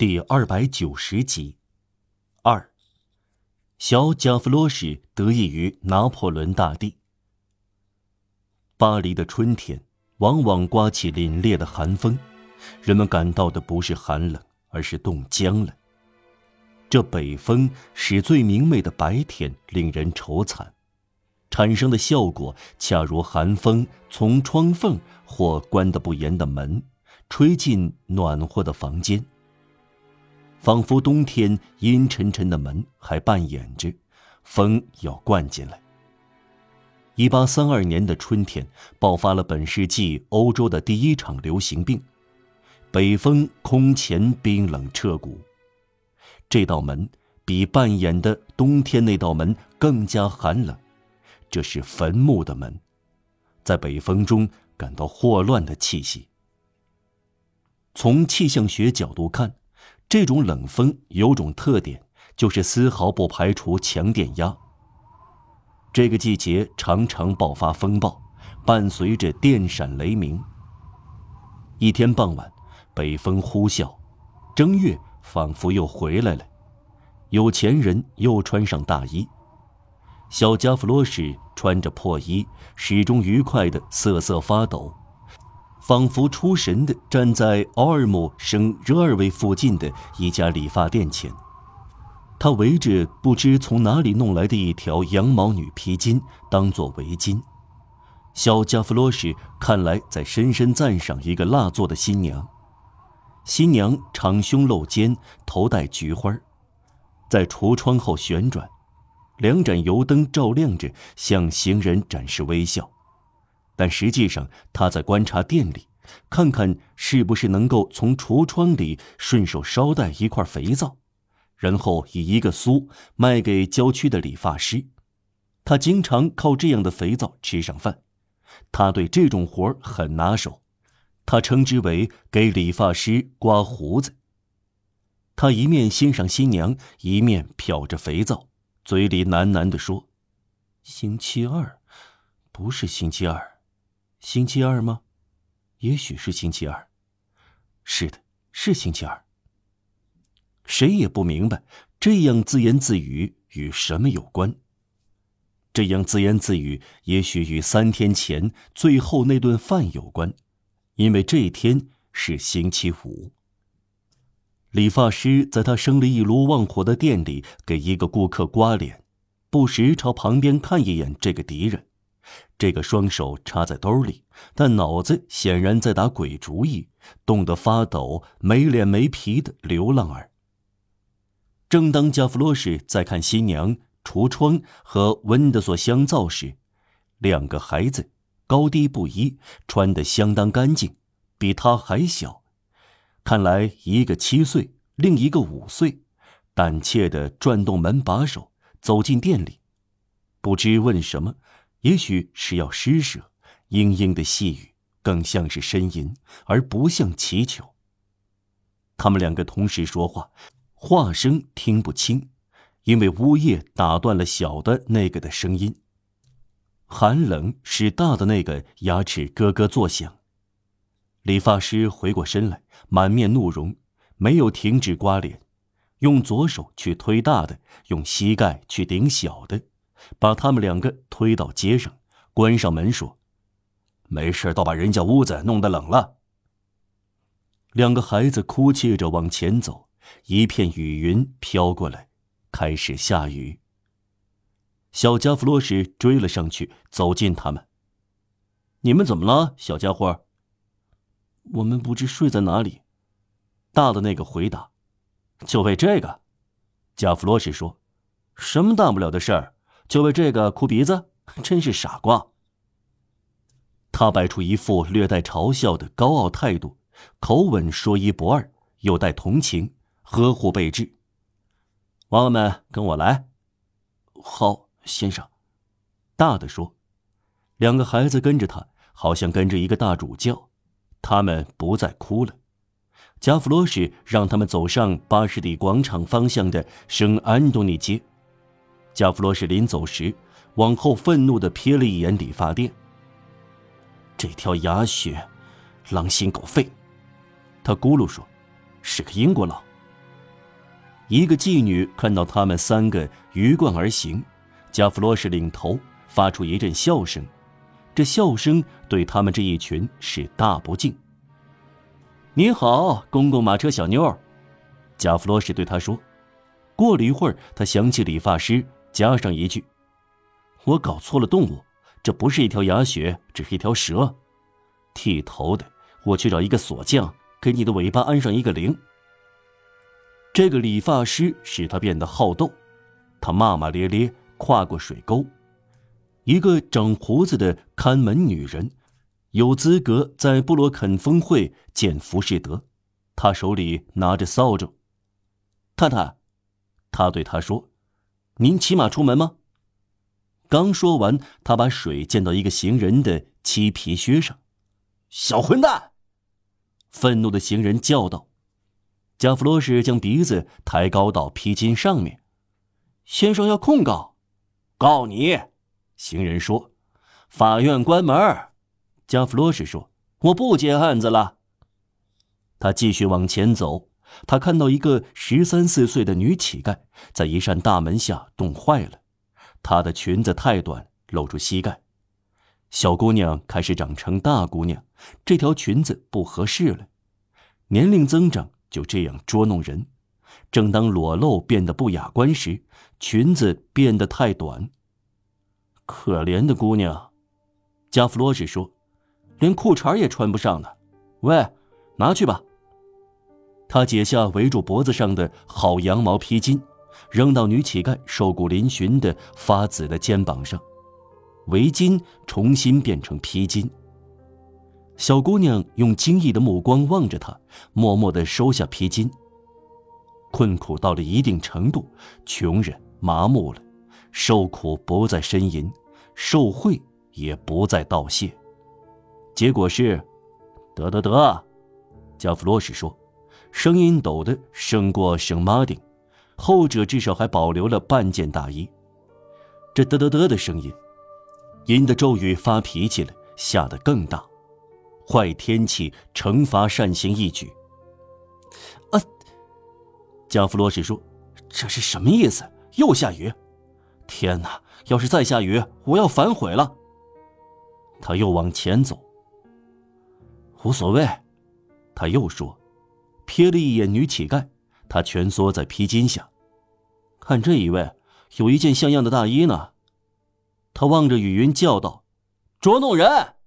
第290集。2. 小贾弗罗什得益于拿破仑大帝。巴黎的春天往往刮起凛冽的寒风，人们感到的不是寒冷，而是冻僵了。这北风使最明媚的白天令人愁惨，产生的效果恰如寒风从窗缝或关得不严的门吹进暖和的房间，仿佛冬天阴沉沉的门还半掩着，风要灌进来。1832年的春天爆发了本世纪欧洲的第一场流行病，北风空前冰冷彻骨。这道门比半掩的冬天那道门更加寒冷，这是坟墓的门，在北风中感到霍乱的气息。从气象学角度看，这种冷风有种特点，就是丝毫不排除强电压。这个季节常常爆发风暴，伴随着电闪雷鸣。一天傍晚，北风呼啸，正月仿佛又回来了，有钱人又穿上大衣。小贾弗罗什穿着破衣，始终愉快地瑟瑟发抖，仿佛出神地站在奥尔姆圣热尔维附近的一家理发店前。他围着不知从哪里弄来的一条羊毛女披巾当作围巾。小贾弗罗什看来在深深赞赏一个蜡做的新娘。新娘敞胸露肩，头戴菊花，在橱窗后旋转，两盏油灯照亮着，向行人展示微笑。但实际上她在观察店里，看看是不是能够从橱窗里顺手捎带一块肥皂，然后以1个苏卖给郊区的理发师。他经常靠这样的肥皂吃上饭，他对这种活很拿手，他称之为给理发师刮胡子。他一面欣赏新娘，一面瞟着肥皂，嘴里喃喃地说：星期二，不是星期二，星期二吗？也许是星期二。是的，是星期二。谁也不明白这样自言自语与什么有关。这样自言自语也许与3天前最后那顿饭有关，因为这一天是星期五。理发师在他生了一炉旺火的店里给一个顾客刮脸，不时朝旁边看一眼这个敌人，这个双手插在兜里，但脑子显然在打鬼主意，冻得发抖、没脸没皮的流浪儿。正当贾弗罗什在看新娘、橱窗和温德索香皂时，2个孩子高低不一，穿得相当干净，比他还小，看来一个7岁，另一个5岁，胆怯地转动门把手，走进店里。不知问什么，也许是要施舍，嘤嘤的细语更像是呻吟，而不像祈求。他们2个同时说话，话声听不清，因为呜咽打断了小的那个的声音。寒冷使大的那个牙齿咯咯作响。理发师回过身来，满面怒容，没有停止刮脸，用左手去推大的，用膝盖去顶小的，把他们2个推到街上，关上门说：没事，倒把人家屋子弄得冷了。2个孩子哭泣着往前走，一片雨云飘过来，开始下雨。小贾弗罗什追了上去，走近他们。你们怎么了，小家伙？我们不知睡在哪里。大的那个回答。就为这个？贾弗罗什说。什么大不了的事儿，就为这个哭鼻子？真是傻瓜。他摆出一副略带嘲笑的高傲态度，口吻说一不二，又带同情，呵护备至。娃娃们跟我来。好，先生。大的说。2个孩子跟着他，好像跟着一个大主教。他们不再哭了。贾弗罗什让他们走上巴士底广场方向的圣安东尼街。贾弗罗什临走时往后愤怒地瞥了一眼理发店。这条哑血狼心狗肺，他咕噜说，是个英国佬， 一个妓女看到他们3个鱼贯而行，加弗罗什领头发出一阵笑声，这笑声对他们这一群是大不敬。你好，公公马车小妞，加弗罗什对他说。过了一会儿，他想起理发师，加上一句：我搞错了动物，这不是一条哑雪，只是一条蛇。剃头的，我去找一个锁匠，给你的尾巴安上一个铃。这个理发师使他变得好斗，他骂骂咧咧跨过水沟。一个长胡子的看门女人有资格在布洛肯峰会见浮士德，他手里拿着扫帚。太太，他对他说，您骑马出门吗？刚说完，他把水溅到一个行人的漆皮靴上。小混蛋！愤怒的行人叫道。加弗罗什将鼻子抬高到披巾上面。先生要控告。告你！行人说。法院关门。加弗罗什说，我不接案子了。他继续往前走，他看到一个13、14岁的女乞丐在一扇大门下冻坏了，她的裙子太短，露出膝盖。小姑娘开始长成大姑娘，这条裙子不合适了。年龄增长就这样捉弄人。正当裸露变得不雅观时，裙子变得太短。可怜的姑娘，加弗罗什说，连裤衩也穿不上呢。喂，拿去吧。他解下围住脖子上的好羊毛披巾，扔到女乞丐瘦骨嶙峋的发紫的肩膀上。围巾重新变成披巾。小姑娘用惊异的目光望着他，默默地收下披巾。困苦到了一定程度，穷人麻木了，受苦不再呻吟，受贿也不再道谢。结果是，得，加弗罗什说，声音抖得胜过圣马丁，后者至少还保留了半件大衣。这得的声音，因的咒语发脾气了，下得更大。坏天气惩罚善行一举。加弗罗什说，这是什么意思？又下雨？天哪，要是再下雨，我要反悔了。他又往前走。无所谓，他又说，瞥了一眼女乞丐，她蜷缩在披巾下。看这一位，有一件像样的大衣呢。他望着雨云叫道，捉弄人！